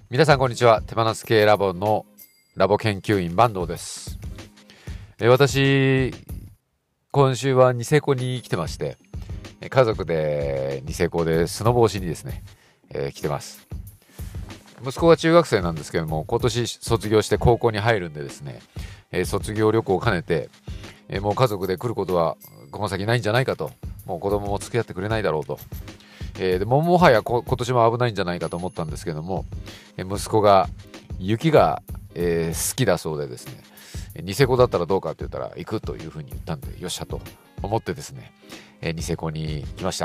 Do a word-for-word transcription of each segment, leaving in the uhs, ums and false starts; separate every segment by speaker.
Speaker 1: 皆さんこんにちは。手放す系ラボのラボ研究員坂東です。え私今週はニセコに来てまして、家族でニセコでスノボーしにですね、えー、来てます。息子が中学生なんですけども、今年卒業して高校に入るんでですね、えー、卒業旅行を兼ねて、えー、もう家族で来ることはこの先ないんじゃないかと、もう子供も付き合ってくれないだろうと、えー、でももはや今年も危ないんじゃないかと思ったんですけども、えー、息子が雪が、えー、好きだそうでですね、ニセコだったらどうかって言ったら行くというふうに言ったんで、よっしゃと思ってですね、えー、ニセコに来ました。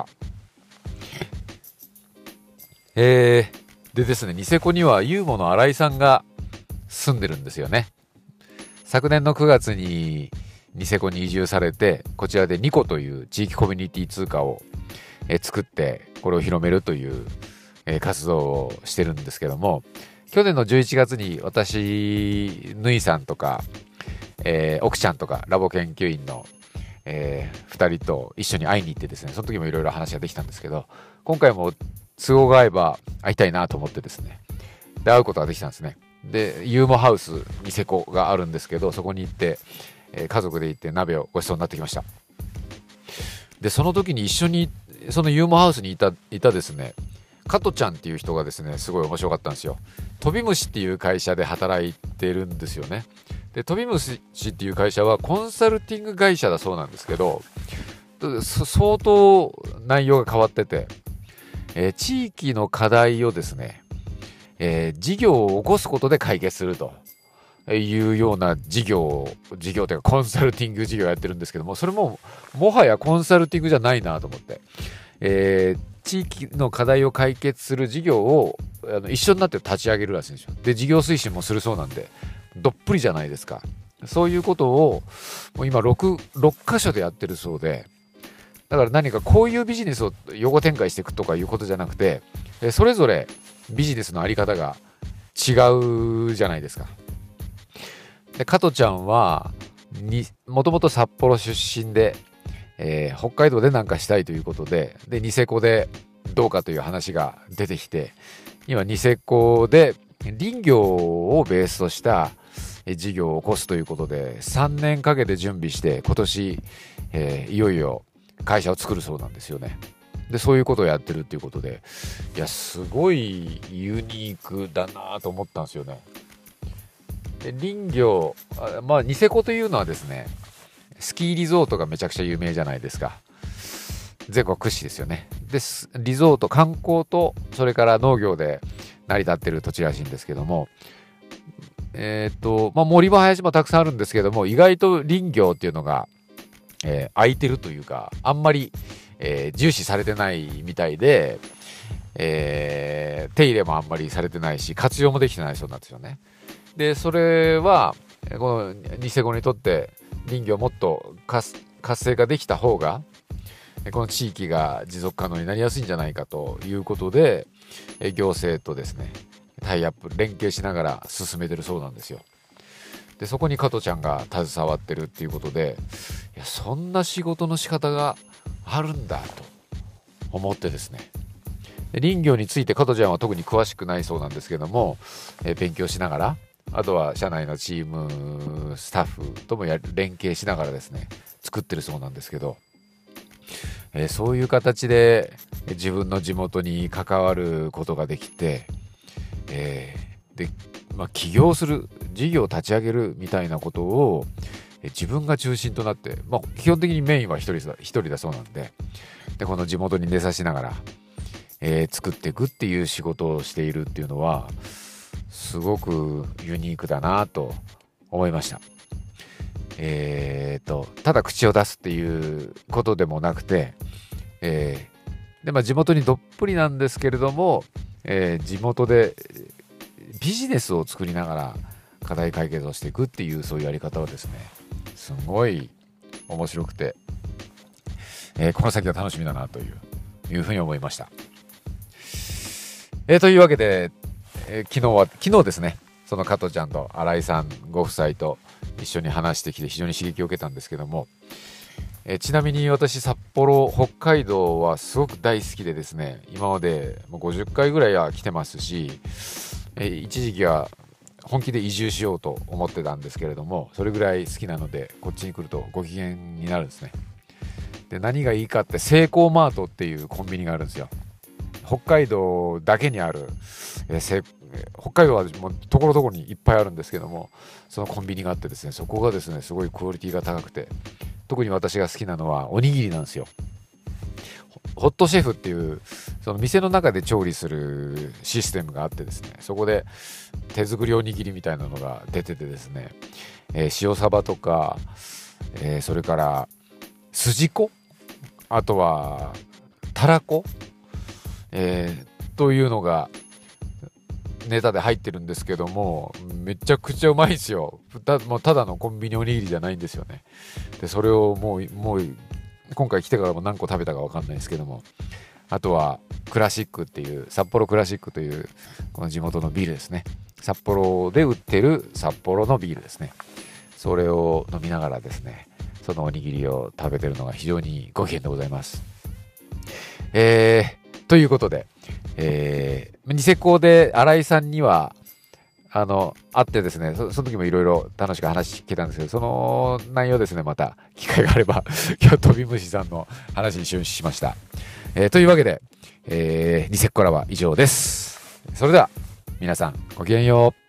Speaker 1: えー、でですね、ニセコにはユーモの新井さんが住んでるんですよね。昨年のくがつにニセコに移住されて、こちらでニコという地域コミュニティ通貨をえ作ってこれを広めるという、え活動をしてるんですけども、去年のじゅういちがつに私ぬいさんとか、えー、奥ちゃんとかラボ研究員の、えー、ふたりと一緒に会いに行ってですね、その時もいろいろ話ができたんですけど、今回も都合が合えば会いたいなと思ってですね、で会うことができたんですね。でユーモハウスニセコがあるんですけど、そこに行って、えー、家族で行って鍋をごちそうになってきました。でその時に一緒にそのユーモハウスにいたいたですね、加トちゃんっていう人がですね、すごい面白かったんですよ。飛び虫っていう会社で働いてるんですよね。で飛び虫っていう会社はコンサルティング会社だそうなんですけど、相当内容が変わってて、えー、地域の課題をですね、えー、事業を起こすことで解決するというような事業事業というかコンサルティング事業をやってるんですけども、それももはやコンサルティングじゃないなと思って、えー、地域の課題を解決する事業をあの一緒になって立ち上げるらしいんですよ。で事業推進もするそうなんで、どっぷりじゃないですか。そういうことをもう今 6, 6箇所でやってるそうで、だから何かこういうビジネスを横展開していくとかいうことじゃなくて、それぞれビジネスのあり方が違うじゃないですか。で加トちゃんはもともと札幌出身で、えー、北海道でなんかしたいということで、でニセコでどうかという話が出てきて、今ニセコで林業をベースとした事業を起こすということでさんねんかけて準備して、今年、えー、いよいよ会社を作るそうなんですよね。でそういうことをやってるっていうことで、いやすごいユニークだなと思ったんですよね。で林業、まあニセコというのはですね、スキーリゾートがめちゃくちゃ有名じゃないですか。全国屈指ですよね。でリゾート観光とそれから農業で成り立ってる土地らしいんですけども、えっ、ー、とまあ森も林もたくさんあるんですけども、意外と林業っていうのが、えー、空いてるというか、あんまり、えー、重視されてないみたいで、えー、手入れもあんまりされてないし、活用もできてないそうなんですよね。でそれはこのニセコにとって林業をもっと活性化できた方がこの地域が持続可能になりやすいんじゃないかということで、行政とですねタイアップ連携しながら進めてるそうなんですよ。でそこに加トちゃんが携わってるっていうことで、いやそんな仕事の仕方があるんだと思ってですね、で林業について加トちゃんは特に詳しくないそうなんですけども、え勉強しながら、あとは社内のチームスタッフともや連携しながらですね作ってるそうなんですけど、えー、そういう形で自分の地元に関わることができて、えー、で、まあ、起業する事業を立ち上げるみたいなことを自分が中心となって、まあ、基本的にメインは一人だ、一人だそうなんで、でこの地元に根ざしながら、えー、作っていくっていう仕事をしているっていうのはすごくユニークだなと思いました。えーと、ただ口を出すっていうことでもなくて、えーでまあ、地元にどっぷりなんですけれども、えー、地元でビジネスを作りながら課題解決をしていくっていう、そういうやり方はですねすごい面白くて、えー、この先が楽しみだなといういうふうに思いました。えー、というわけで、えー、昨日は昨日ですね、その加トちゃんと新井さんご夫妻と一緒に話してきて非常に刺激を受けたんですけども、えー、ちなみに私札幌北海道はすごく大好きでですね、今までもうごじゅっかいぐらいは来てますし、 えー一時期は本気で移住しようと思ってたんですけれども、それぐらい好きなのでこっちに来るとご機嫌になるんですね。で、何がいいかって、セイコーマートっていうコンビニがあるんですよ。北海道だけにある、えーせ北海道はもうところどころにいっぱいあるんですけども、そのコンビニがあってですね、そこがですねすごいクオリティが高くて、特に私が好きなのはおにぎりなんですよ。ホットシェフっていうその店の中で調理するシステムがあってですね、そこで手作りおにぎりみたいなのが出ててですね、えー塩サバとか、えーそれから筋子、あとはたらこ、えーというのがネタで入ってるんですけども、めちゃくちゃうまいんですよ。たもうただのコンビニおにぎりじゃないんですよね。でそれをもうもう今回来てからも何個食べたか分かんないですけども、あとはクラシックっていう札幌クラシックというこの地元のビールですね。札幌で売ってる札幌のビールですね。それを飲みながらですね、そのおにぎりを食べてるのが非常にご機嫌でございます。えー、ということで、えー、ニセコで新井さんにはあの会ってですね、そ, その時もいろいろ楽しく話聞けたんですけど、その内容ですね、また機会があれば今日飛び虫さんの話に終始しました。えー、というわけで、えー、ニセコからは以上です。それでは皆さんごきげんよう。